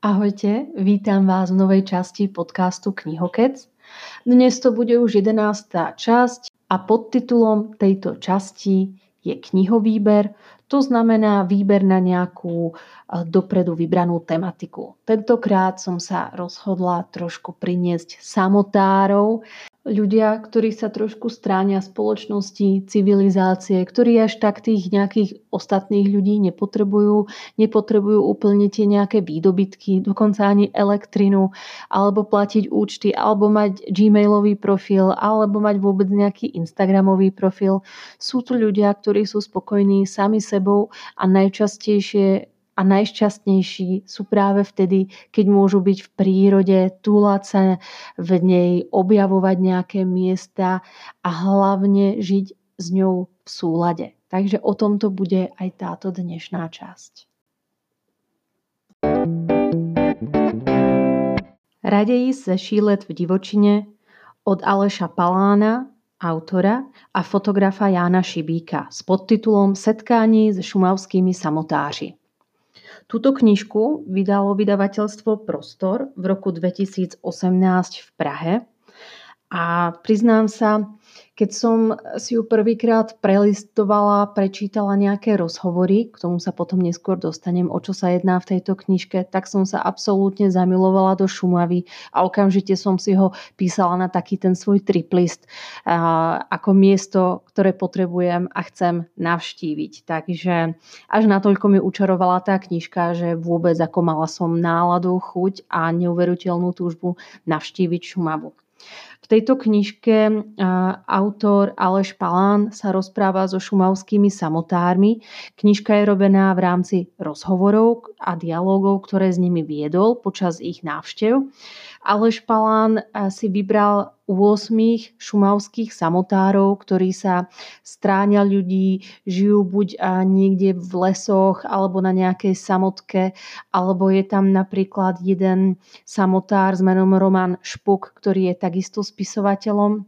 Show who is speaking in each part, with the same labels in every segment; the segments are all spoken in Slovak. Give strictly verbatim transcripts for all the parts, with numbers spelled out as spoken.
Speaker 1: Ahojte, vítam vás v novej časti podcastu Knihokec. Dnes to bude už jedenásta časť a podtitulom tejto časti je knihovýber, to znamená výber na nejakú dopredu vybranú tematiku. Tentokrát som sa rozhodla trošku priniesť samotárov, ľudia, ktorí sa trošku stránia spoločnosti, civilizácie, ktorí až tak tých nejakých ostatných ľudí nepotrebujú, nepotrebujú úplne tie nejaké výdobytky, dokonca ani elektrinu, alebo platiť účty, alebo mať gmailový profil, alebo mať vôbec nejaký instagramový profil. Sú to ľudia, ktorí sú spokojní sami sebou a najčastejšie a najšťastnejší sú práve vtedy, keď môžu byť v prírode, túlať sa v nej, objavovať nejaké miesta a hlavne žiť s ňou v súlade. Takže o tomto bude aj táto dnešná časť. Radeji se šílet v divočine od Aleša Palána, autora, a fotografa Jána Šibíka s podtitulom Setkání s šumavskými samotáři. Túto knižku vydalo vydavateľstvo Prostor v roku dvetisícosemnásť v Prahe a priznám sa, keď som si ju prvýkrát prelistovala, prečítala nejaké rozhovory, k tomu sa potom neskôr dostanem, o čo sa jedná v tejto knižke, tak som sa absolútne zamilovala do Šumavy a okamžite som si ho písala na taký ten svoj triplist ako miesto, ktoré potrebujem a chcem navštíviť. Takže až natoľko mi učarovala tá knižka, že vôbec ako mala som náladu, chuť a neuveriteľnú túžbu navštíviť Šumavu. V tejto knižke autor Aleš Palán sa rozpráva so šumavskými samotármi. Knižka je robená v rámci rozhovorov a dialógov, ktoré s nimi viedol počas ich návštev. Aleš Palán si vybral ôsmich šumavských samotárov, ktorí sa stráňa ľudí, žijú buď niekde v lesoch alebo na nejakej samotke, alebo je tam napríklad jeden samotár s menom Roman Špuk, ktorý je takisto spisovateľom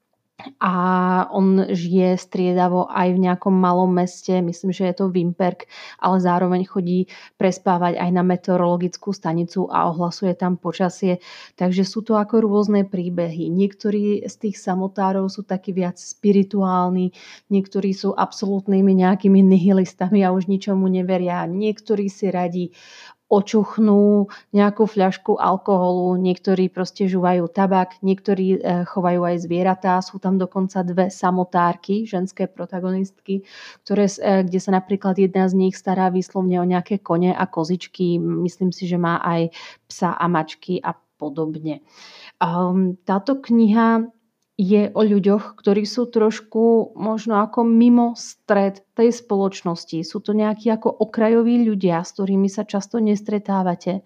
Speaker 1: a on žije striedavo aj v nejakom malom meste, myslím, že je to Vimperk, ale zároveň chodí prespávať aj na meteorologickú stanicu a ohlasuje tam počasie. Takže sú to ako rôzne príbehy. Niektorí z tých samotárov sú takí viac spirituálni, niektorí sú absolútnymi nejakými nihilistami a už ničomu neveria. Niektorí si radi očuchnú nejakú fľašku alkoholu, niektorí proste žúvajú tabak, niektorí chovajú aj zvieratá, sú tam dokonca dve samotárky, ženské protagonistky, ktoré, kde sa napríklad jedna z nich stará výslovne o nejaké kone a kozičky, myslím si, že má aj psa a mačky a podobne. Táto kniha je o ľuďoch, ktorí sú trošku možno ako mimo stred tej spoločnosti. Sú to nejakí ako okrajoví ľudia, s ktorými sa často nestretávate.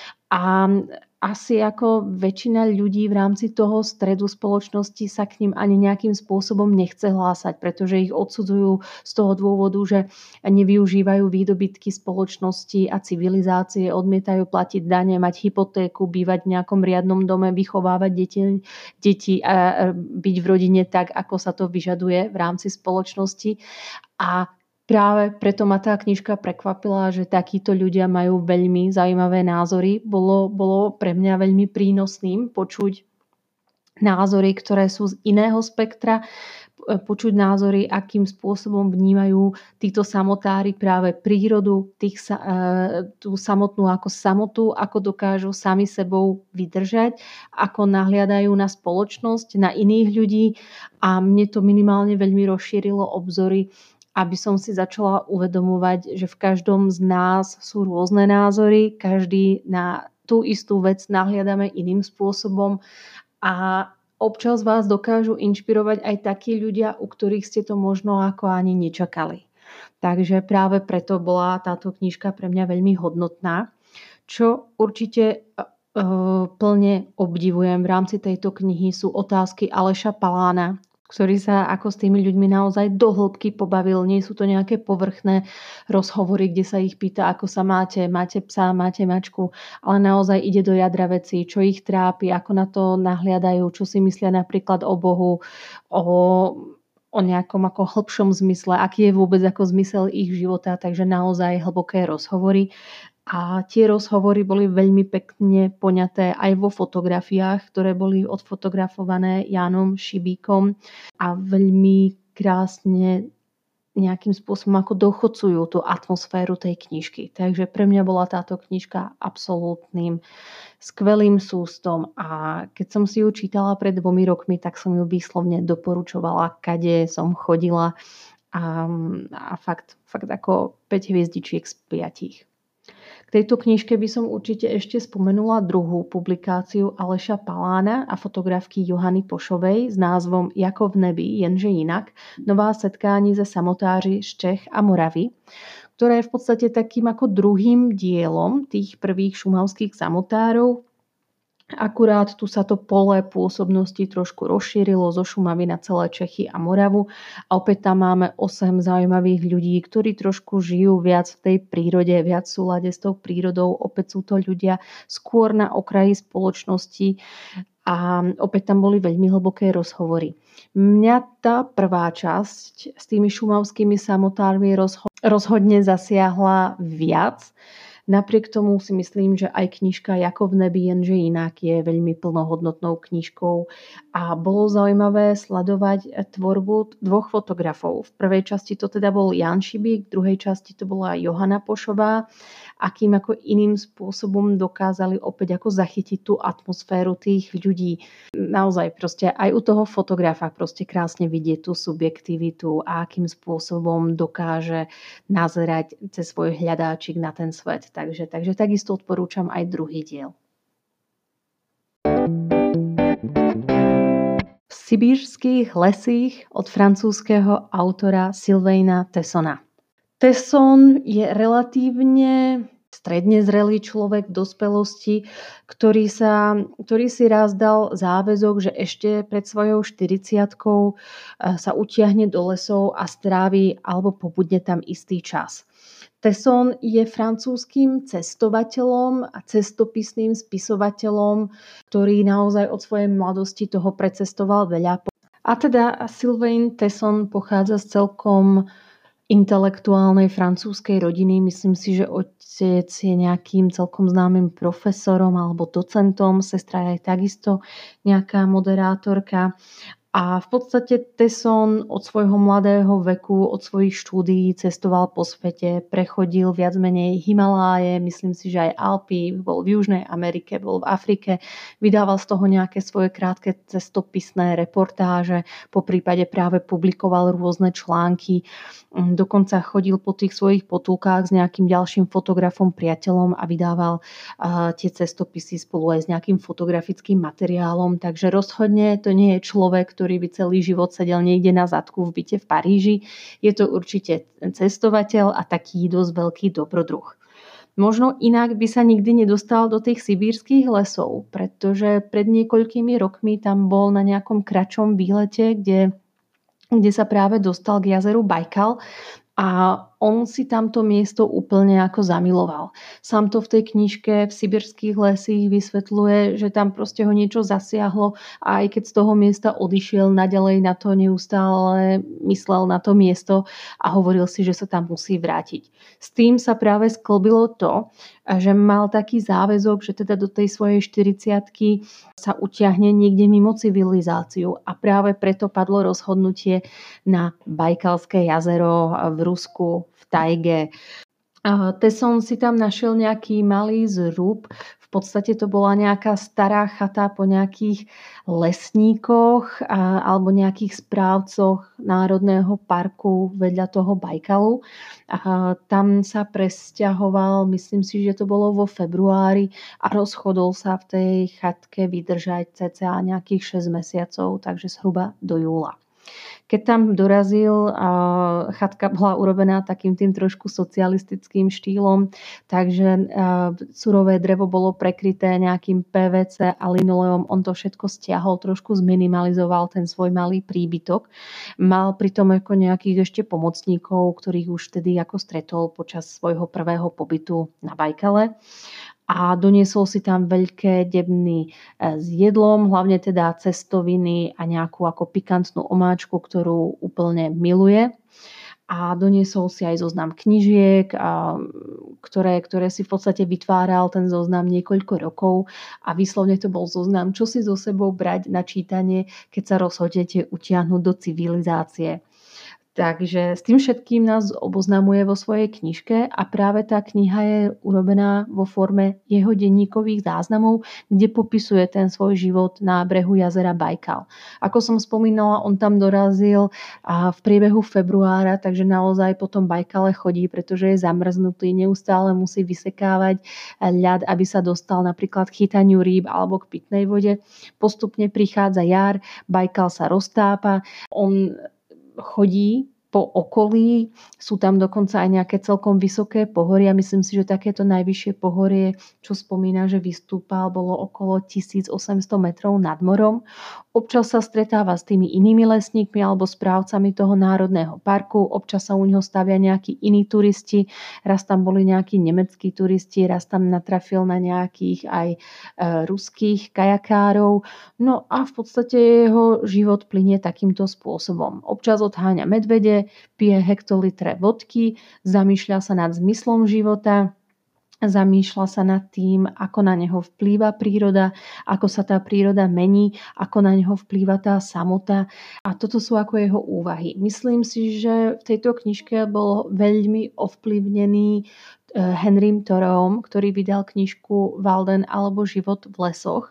Speaker 1: A asi ako väčšina ľudí v rámci toho stredu spoločnosti sa k ním ani nejakým spôsobom nechce hlásať, pretože ich odsudzujú z toho dôvodu, že nevyužívajú výdobytky spoločnosti a civilizácie, odmietajú platiť dane, mať hypotéku, bývať v nejakom riadnom dome, vychovávať deti, deti a byť v rodine tak, ako sa to vyžaduje v rámci spoločnosti. A práve preto ma tá knižka prekvapila, že takíto ľudia majú veľmi zaujímavé názory. Bolo, bolo pre mňa veľmi prínosným počuť názory, ktoré sú z iného spektra, počuť názory, akým spôsobom vnímajú títo samotári práve prírodu, tých, tú samotnú ako samotu, ako dokážu sami sebou vydržať, ako nahliadajú na spoločnosť, na iných ľudí a mne to minimálne veľmi rozšírilo obzory, aby som si začala uvedomovať, že v každom z nás sú rôzne názory, každý na tú istú vec nahliadame iným spôsobom a občas vás dokážu inšpirovať aj takí ľudia, u ktorých ste to možno ako ani nečakali. Takže práve preto bola táto knižka pre mňa veľmi hodnotná, čo určite plne obdivujem v rámci tejto knihy sú otázky Aleša Palána, ktorý sa ako s tými ľuďmi naozaj do hĺbky pobavil. Nie sú to nejaké povrchné rozhovory, kde sa ich pýta, ako sa máte, máte psa, máte mačku, ale naozaj ide do jadra vecí, čo ich trápi, ako na to nahliadajú, čo si myslia napríklad o Bohu, o, o nejakom ako hlbšom zmysle, aký je vôbec ako zmysel ich života, takže naozaj hlboké rozhovory. A tie rozhovory boli veľmi pekne poňaté aj vo fotografiách, ktoré boli odfotografované Jánom Šibíkom a veľmi krásne nejakým spôsobom ako dochodcujú tú atmosféru tej knižky. Takže pre mňa bola táto knižka absolútnym skvelým sústom a keď som si ju čítala pred dvomi rokmi, tak som ju výslovne doporučovala, kade som chodila a, a fakt, fakt ako päť hviezdičiek z piatich. K tejto knižke by som určite ešte spomenula druhú publikáciu Aleša Palána a fotografky Johany Pošovej s názvom Jako v nebi, jenže jinak. Nová setkání ze samotáři z Čech a Moravy, ktorá je v podstate takým ako druhým dielom tých prvých šumavských samotárov. Akurát tu sa to pole pôsobnosti trošku rozšírilo zo Šumavy na celé Čechy a Moravu a opäť tam máme osem zaujímavých ľudí, ktorí trošku žijú viac v tej prírode, viac v súlade s tou prírodou. Opäť sú to ľudia skôr na okraji spoločnosti a opäť tam boli veľmi hlboké rozhovory. Mňa tá prvá časť s tými šumavskými samotármi rozho- rozhodne zasiahla viac. Napriek tomu si myslím, že aj knižka Jako v nebi, jenže inak je veľmi plnohodnotnou knižkou a bolo zaujímavé sledovať tvorbu dvoch fotografov. V prvej časti to teda bol Ján Šibík, v druhej časti to bola Johana Pošová, akým ako iným spôsobom dokázali opäť ako zachytiť tú atmosféru tých ľudí. Naozaj proste aj u toho fotografa proste krásne vidieť tú subjektivitu a akým spôsobom dokáže nazerať cez svoj hľadáčik na ten svet. Takže, takže takisto odporúčam aj druhý diel. V sibírskych lesích od francúzského autora Sylvaina Tessona. Tesson je relatívne stredne zrelý človek v dospelosti, ktorý, sa, ktorý si raz dal záväzok, že ešte pred svojou štyridsiatkou sa utiahne do lesov a strávi alebo pobudne tam istý čas. Tesson je francúzskym cestovateľom a cestopisným spisovateľom, ktorý naozaj od svojej mladosti toho precestoval veľa. A teda Sylvain Tesson pochádza z celkom intelektuálnej francúzskej rodiny. Myslím si, že otec je nejakým celkom známym profesorom alebo docentom, sestra je takisto nejaká moderátorka. A v podstate Tesson od svojho mladého veku, od svojich štúdií cestoval po svete, prechodil viac menej Himaláje, myslím si, že aj Alpy, bol v Južnej Amerike, bol v Afrike, vydával z toho nejaké svoje krátke cestopisné reportáže, po prípade práve publikoval rôzne články, dokonca chodil po tých svojich potulkách s nejakým ďalším fotografom, priateľom a vydával uh, tie cestopisy spolu aj s nejakým fotografickým materiálom, takže rozhodne to nie je človek, ktorý ktorý by celý život sedel niekde na zadku v byte v Paríži. Je to určite cestovateľ a taký dosť veľký dobrodruh. Možno inak by sa nikdy nedostal do tých sibírskych lesov, pretože pred niekoľkými rokmi tam bol na nejakom kratšom výlete, kde, kde sa práve dostal k jazeru Bajkal a on si tamto miesto úplne ako zamiloval. Sám to v tej knižke v sibírskych lesích vysvetľuje, že tam proste ho niečo zasiahlo a aj keď z toho miesta odišiel, naďalej na to neustále myslel na to miesto a hovoril si, že sa tam musí vrátiť. S tým sa práve sklbilo to, že mal taký záväzok, že teda do tej svojej štyridsiatky sa utiahne niekde mimo civilizáciu a práve preto padlo rozhodnutie na Bajkalské jazero v Rusku, v tajge. Tesson si tam našiel nejaký malý zrub. V podstate to bola nejaká stará chata po nejakých lesníkoch alebo nejakých správcoch Národného parku vedľa toho Bajkalu. A tam sa presťahoval, myslím si, že to bolo vo februári a rozchodol sa v tej chatke vydržať cca nejakých šesť mesiacov, takže zhruba do júla. Keď tam dorazil, chatka bola urobená takým tým trošku socialistickým štýlom, takže surové drevo bolo prekryté nejakým pé vé cé a linoleom. On to všetko stiahol, trošku zminimalizoval ten svoj malý príbytok. Mal pritom ako nejakých ešte pomocníkov, ktorých už vtedy ako stretol počas svojho prvého pobytu na Bajkale. A doniesol si tam veľké debny s jedlom, hlavne teda cestoviny a nejakú ako pikantnú omáčku, ktorú úplne miluje. a doniesol si aj zoznam knižiek, a, ktoré, ktoré si v podstate vytváral ten zoznam niekoľko rokov a výslovne to bol zoznam, čo si so sebou brať na čítanie, keď sa rozhodnete utiahnuť do civilizácie. Takže s tým všetkým nás oboznamuje vo svojej knižke a práve tá kniha je urobená vo forme jeho denníkových záznamov, kde popisuje ten svoj život na brehu jazera Bajkal. Ako som spomínala, on tam dorazil v priebehu februára, takže naozaj po tom Bajkale chodí, pretože je zamrznutý, neustále musí vysekávať ľad, aby sa dostal napríklad k chytaniu rýb alebo k pitnej vode. Postupne prichádza jar, Bajkal sa roztápa, on chodí po okolí, sú tam dokonca aj nejaké celkom vysoké pohoria. Myslím si, že takéto najvyššie pohorie, čo spomína, že vystúpal, bolo okolo tisícosemsto metrov nad morom. Občas sa stretáva s tými inými lesníkmi alebo správcami toho národného parku, občas sa u neho stavia nejakí iní turisti, raz tam boli nejakí nemeckí turisti, raz tam natrafil na nejakých aj e, ruských kajakárov. No a v podstate jeho život plynie takýmto spôsobom. Občas odháňa medvede, pije hektolitre vodky, zamýšľa sa nad zmyslom života, zamýšľa sa nad tým, ako na neho vplýva príroda, ako sa tá príroda mení, ako na neho vplýva tá samota. A toto sú ako jeho úvahy. Myslím si, že v tejto knižke bol veľmi ovplyvnený Henrym Thoreaum, ktorý vydal knižku Walden alebo Život v lesoch.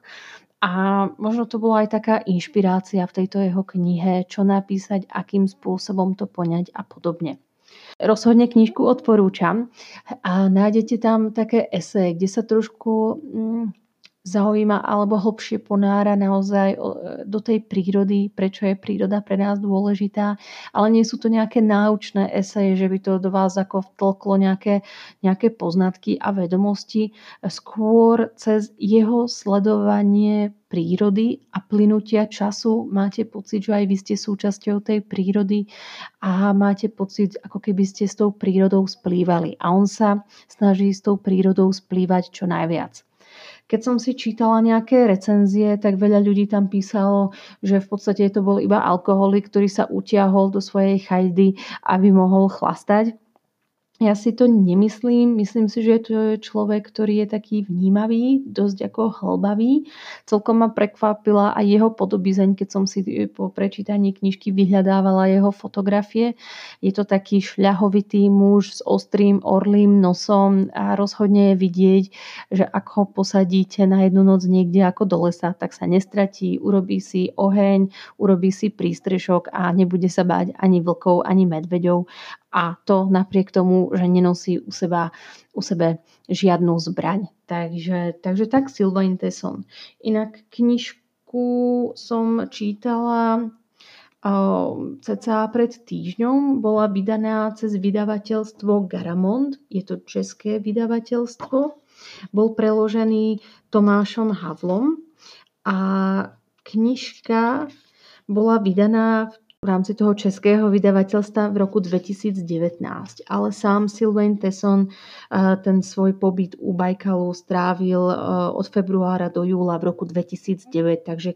Speaker 1: A možno to bola aj taká inšpirácia v tejto jeho knihe, čo napísať, akým spôsobom to poňať a podobne. Rozhodne knižku odporúčam a nájdete tam také eseje, kde sa trošku mm, zaujíma alebo hlbšie ponára naozaj do tej prírody, prečo je príroda pre nás dôležitá, ale nie sú to nejaké náučné eseje, že by to do vás ako vtlklo nejaké, nejaké poznatky a vedomosti, skôr cez jeho sledovanie prírody a plynutia času máte pocit, že aj vy ste súčasťou tej prírody a máte pocit, ako keby ste s tou prírodou splývali. A on sa snaží s tou prírodou splývať čo najviac. Keď som si čítala nejaké recenzie, tak veľa ľudí tam písalo, že v podstate to bol iba alkoholik, ktorý sa utiahol do svojej chajdy, aby mohol chlastať. Ja si to nemyslím. Myslím si, že to je človek, ktorý je taký vnímavý, dosť ako hlbavý. Celkom ma prekvapila aj jeho podobizeň, keď som si po prečítaní knižky vyhľadávala jeho fotografie. Je to taký šľahovitý muž s ostrým orlým nosom a rozhodne je vidieť, že ak ho posadíte na jednu noc niekde ako do lesa, tak sa nestratí, urobí si oheň, urobí si prístrešok a nebude sa báť ani vlkov, ani medveďov. A to napriek tomu, že nenosí u seba, u sebe žiadnu zbraň. Takže, takže tak Sylvain Tesson. Inak knižku som čítala cca pred týždňom. Bola vydaná cez vydavateľstvo Garamond. Je to české vydavateľstvo. Bol preložený Tomášom Havlom. A knižka bola vydaná v v rámci toho českého vydavateľstva v roku dvetisícdevätnásť. Ale sám Sylvain Tesson ten svoj pobyt u Bajkalu strávil od februára do júla v roku dvetisícdeväť. Takže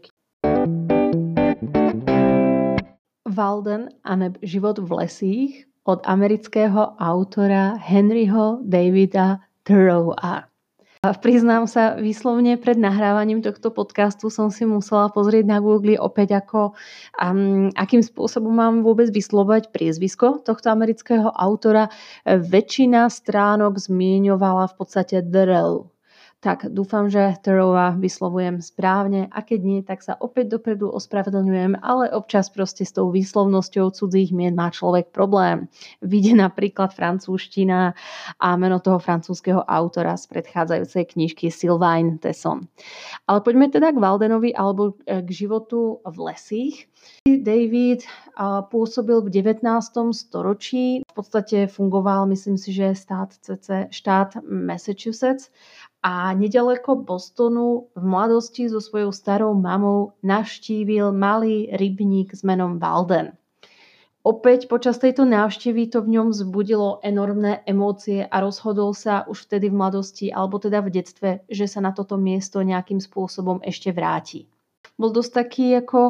Speaker 1: Walden a Život v lesích od amerického autora Henryho Davida Thoreaua. A priznám sa, výslovne pred nahrávaním tohto podcastu som si musela pozrieť na Google opäť, ako, um, akým spôsobom mám vôbec vyslovať priezvisko tohto amerického autora. Väčšina stránok zmieňovala v podstate Thoreau. Tak dúfam, že Thoreaua vyslovujem správne a keď nie, tak sa opäť dopredu ospravedlňujem, ale občas proste s tou výslovnosťou cudzích mien má človek problém. Vyjde napríklad francúzština a meno toho francúzskeho autora z predchádzajúcej knižky Sylvain Tesson. Ale poďme teda k Waldenovi alebo k životu v lesích. David pôsobil v devätnástom storočí. V podstate fungoval, myslím si, že štát, štát Massachusetts. A nedaleko Bostonu v mladosti so svojou starou mamou navštívil malý rybník s menom Walden. Opäť počas tejto návštevy to v ňom vzbudilo enormné emócie a rozhodol sa už vtedy v mladosti, alebo teda v detstve, že sa na toto miesto nejakým spôsobom ešte vráti. Bol dosť taký ako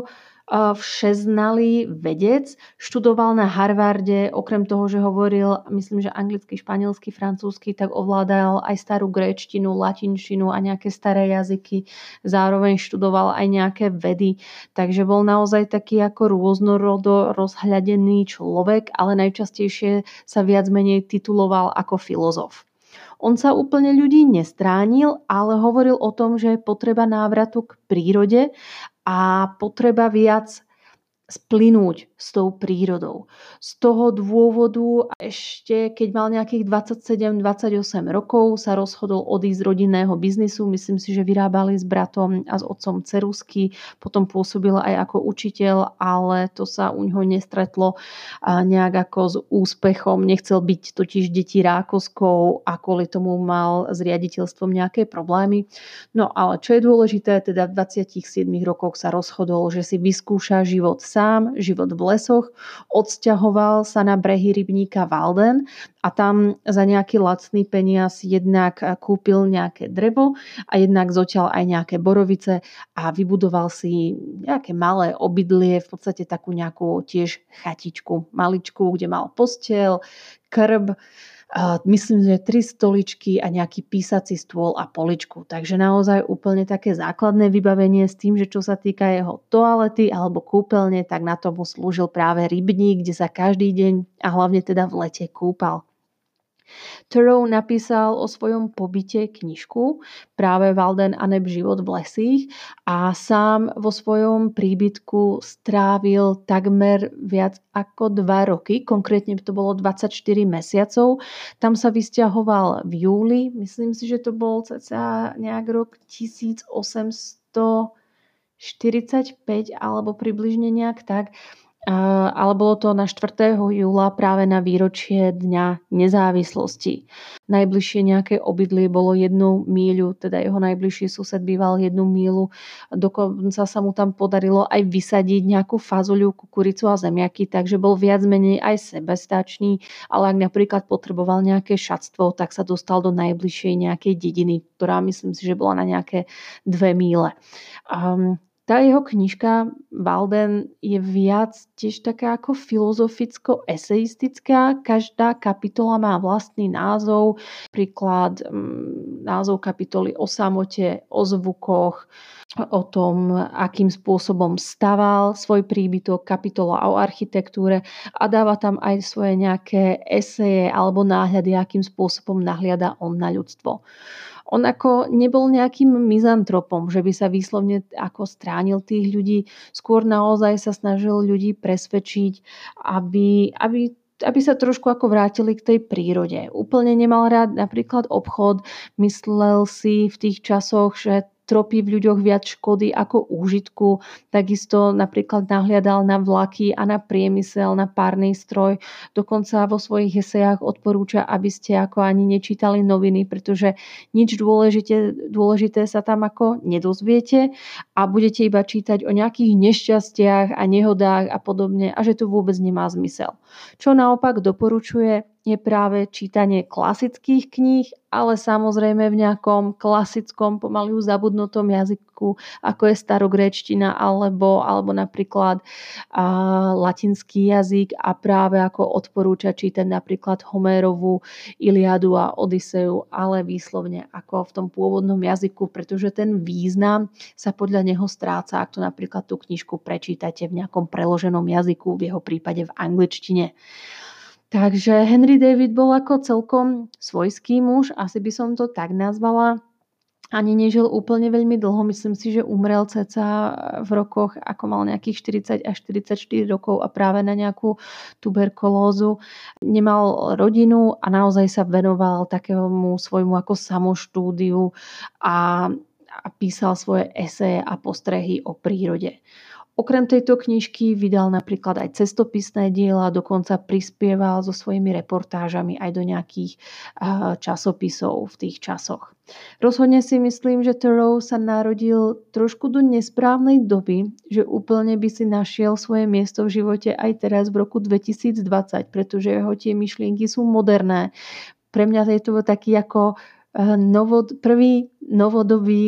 Speaker 1: Všeznalý vedec, študoval na Harvarde, okrem toho, že hovoril, myslím, že anglicky, španielsky, francúzsky, tak ovládal aj starú gréčtinu, latinčinu a nejaké staré jazyky. Zároveň študoval aj nejaké vedy, takže bol naozaj taký ako rôznorodo rozhľadený človek, ale najčastejšie sa viac menej tituloval ako filozof. On sa úplne ľudí nestránil, ale hovoril o tom, že je potreba návratu k prírode a potreba viac splynúť s tou prírodou. Z toho dôvodu ešte, keď mal nejakých dvadsaťsedem dvadsaťosem rokov, sa rozhodol odísť z rodinného biznisu. Myslím si, že vyrábali s bratom a s otcom ceruzky. Potom pôsobil aj ako učiteľ, ale to sa u ňoho nestretlo nejak ako s úspechom. Nechcel byť totiž deti rákoskou a kvôli tomu mal s riaditeľstvom nejaké problémy. No ale čo je dôležité, teda v dvadsiatich siedmich rokoch sa rozhodol, že si vyskúša život sám, život v lesoch, odsťahoval sa na brehy rybníka Walden a tam za nejaký lacný peniaz jednak kúpil nejaké drevo a jednak zoťal aj nejaké borovice a vybudoval si nejaké malé obydlie, v podstate takú nejakú tiež chatičku maličku, kde mal posteľ, krb, myslím, že tri stoličky a nejaký písací stôl a poličku. Takže naozaj úplne také základné vybavenie s tým, že čo sa týka jeho toalety alebo kúpeľne, tak na tomu slúžil práve rybník, kde sa každý deň a hlavne teda v lete kúpal. Thoreau napísal o svojom pobyte knižku, práve Walden a neb život v lesích a sám vo svojom príbytku strávil takmer viac ako dva roky, konkrétne to bolo dvadsaťštyri mesiacov. Tam sa vysťahoval v júli, myslím si, že to bol cca nejak rok tisícosemstoštyridsaťpäť alebo približne nejak tak. Ale bolo to na štvrtého júla práve na výročie Dňa nezávislosti. Najbližšie nejaké obydlie bolo jednu míľu, teda jeho najbližší sused býval jednu míľu. Dokonca sa mu tam podarilo aj vysadiť nejakú fazuľu, kukuricu a zemiaky, takže bol viac menej aj sebestačný, ale ak napríklad potreboval nejaké šatstvo, tak sa dostal do najbližšej nejakej dediny, ktorá myslím si, že bola na nejaké dve míle. Um, Tá jeho knižka Walden je viac tiež taká ako filozoficko-eseistická. Každá kapitola má vlastný názov. Príklad názov kapitoly o samote, o zvukoch, o tom, akým spôsobom staval svoj príbytok, kapitola o architektúre a dáva tam aj svoje nejaké eseje alebo náhľady, akým spôsobom nahliada on na ľudstvo. On ako nebol nejakým mizantropom, že by sa výslovne ako stránil tých ľudí. Skôr naozaj sa snažil ľudí presvedčiť, aby, aby, aby sa trošku ako vrátili k tej prírode. Úplne nemal rád napríklad obchod. Myslel si v tých časoch, že tropí v ľuďoch viac škody ako úžitku. Takisto napríklad nahliadal na vlaky a na priemysel, na párny stroj. Dokonca vo svojich esejách odporúča, aby ste ako ani nečítali noviny, pretože nič dôležité, dôležité sa tam ako nedozviete a budete iba čítať o nejakých nešťastiach a nehodách a podobne a že to vôbec nemá zmysel. Čo naopak doporučuje, je práve čítanie klasických kníh, ale samozrejme v nejakom klasickom, pomaly už zabudnutom jazyku, ako je starogréčtina alebo, alebo napríklad a, latinský jazyk a práve ako odporúča čítať napríklad Homérovú Iliadu a Odyseu, ale výslovne ako v tom pôvodnom jazyku, pretože ten význam sa podľa neho stráca, ak to napríklad tú knižku prečítate v nejakom preloženom jazyku, v jeho prípade v angličtine. Takže Henry David bol ako celkom svojský muž, asi by som to tak nazvala. Ani nežil úplne veľmi dlho, myslím si, že umrel cca v rokoch, ako mal nejakých štyridsať až štyridsaťštyri rokov a práve na nejakú tuberkulózu. Nemal rodinu a naozaj sa venoval takému svojmu ako samoštúdiu a, a písal svoje eseje a postrehy o prírode. Okrem tejto knižky vydal napríklad aj cestopisné diela, dokonca prispieval so svojimi reportážami aj do nejakých uh, časopisov v tých časoch. Rozhodne si myslím, že Thoreau sa narodil trošku do nesprávnej doby, že úplne by si našiel svoje miesto v živote aj teraz v roku dvetisícdvadsať, pretože jeho tie myšlienky sú moderné. Pre mňa je to taký ako uh, novod, prvý novodobý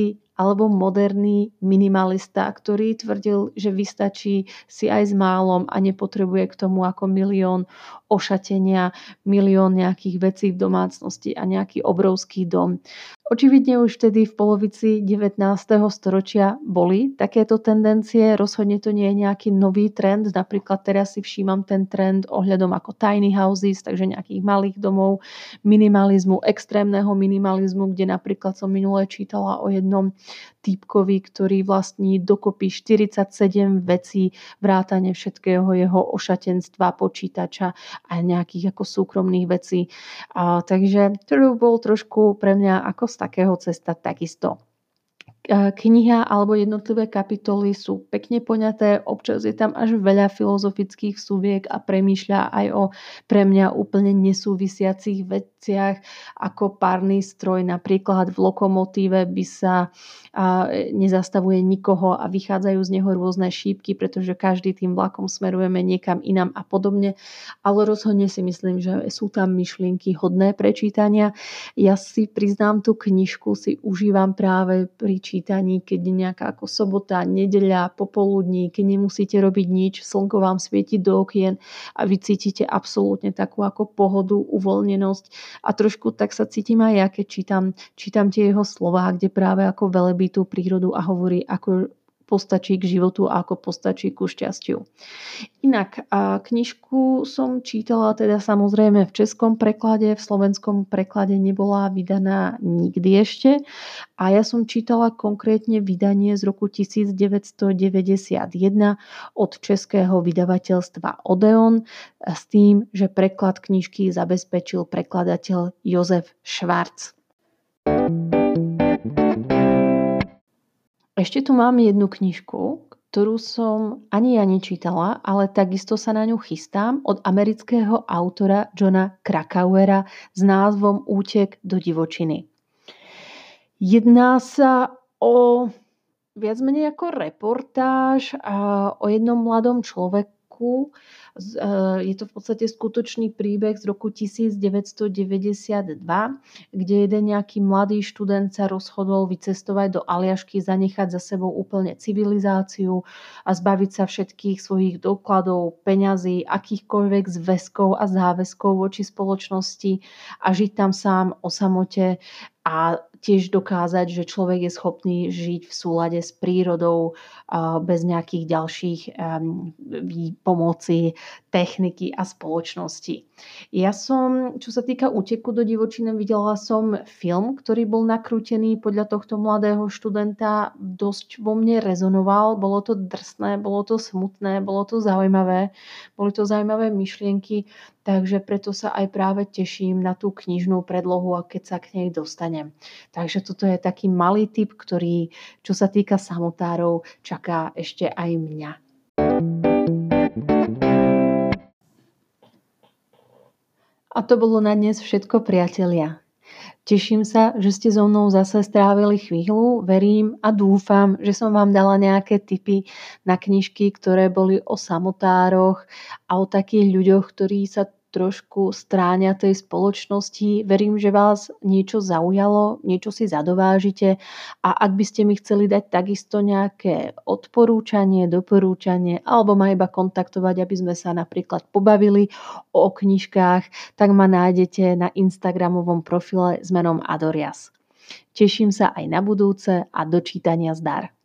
Speaker 1: alebo moderný minimalista, ktorý tvrdil, že vystačí si aj s málom a nepotrebuje k tomu ako milión ošatenia, milión nejakých vecí v domácnosti a nejaký obrovský dom. Očividne už vtedy v polovici devätnásteho storočia boli takéto tendencie, rozhodne to nie je nejaký nový trend, napríklad teraz si všímam ten trend ohľadom ako tiny houses, takže nejakých malých domov, minimalizmu, extrémneho minimalizmu, kde napríklad som minule čítala o jednom týpkovi, ktorý vlastní dokopy štyridsaťsedem vecí, vrátane všetkého jeho ošatenstva, počítača a nejakých ako súkromných vecí. A, takže to bol trošku pre mňa ako z takého cesta takisto. Kniha alebo jednotlivé kapitoly sú pekne poňaté, občas je tam až veľa filozofických súviek a premýšľa aj o pre mňa úplne nesúvisiacich veciach, ako párny stroj, napríklad v lokomotíve by sa nezastavuje nikoho a vychádzajú z neho rôzne šípky, pretože každý tým vlakom smerujeme niekam inam a podobne, ale rozhodne si myslím, že sú tam myšlienky hodné prečítania. Ja si priznám, tú knižku si užívam práve pri čítaní, keď je nejaká ako sobota, nedeľa, popoludní, keď nemusíte robiť nič, slnko vám svieti do okien a vy cítite absolútne takú ako pohodu, uvoľnenosť a trošku tak sa cítim aj ja, keď čítam, čítam tie jeho slová, kde práve ako velebí tú prírodu a hovorí, ako postačí k životu a ako postačí ku šťastiu. Inak, a knižku som čítala teda samozrejme v českom preklade, v slovenskom preklade nebola vydaná nikdy ešte a ja som čítala konkrétne vydanie z roku devätnásťstodeväťdesiatjeden od českého vydavateľstva Odeon s tým, že preklad knižky zabezpečil prekladateľ Jozef Švarc. Ešte tu mám jednu knižku, ktorú som ani ja nečítala, ale takisto sa na ňu chystám od amerického autora Johna Krakauera s názvom Útek do divočiny. Jedná sa o viac menej ako reportáž o jednom mladom človeku. Je to v podstate skutočný príbeh z roku devätnásťstodeväťdesiatdva, kde jeden nejaký mladý študent sa rozhodol vycestovať do Aliašky, zanechať za sebou úplne civilizáciu a zbaviť sa všetkých svojich dokladov, peňazí, akýchkoľvek zväzkov a záväzkov voči spoločnosti a žiť tam sám o samote a tiež dokázať, že človek je schopný žiť v súlade s prírodou bez nejakých ďalších pomoci, techniky a spoločnosti. Ja som, čo sa týka úteku do divočiny, videla som film, ktorý bol nakrútený podľa tohto mladého študenta. Dosť vo mne rezonoval, bolo to drsné, bolo to smutné, bolo to zaujímavé, boli to zaujímavé myšlienky, takže preto sa aj práve teším na tú knižnú predlohu a keď sa k nej dostanem. Takže toto je taký malý tip, ktorý, čo sa týka samotárov, čaká ešte aj mňa. A to bolo na dnes všetko, priatelia. Teším sa, že ste so mnou zase strávili chvíľu, verím a dúfam, že som vám dala nejaké tipy na knižky, ktoré boli o samotároch a o takých ľuďoch, ktorí sa trošku stráňa tej spoločnosti. Verím, že vás niečo zaujalo, niečo si zadovážite a ak by ste mi chceli dať takisto nejaké odporúčanie, doporúčanie alebo ma iba kontaktovať, aby sme sa napríklad pobavili o knižkách, tak ma nájdete na Instagramovom profile s menom Adorias. Teším sa aj na budúce a do čítania zdar.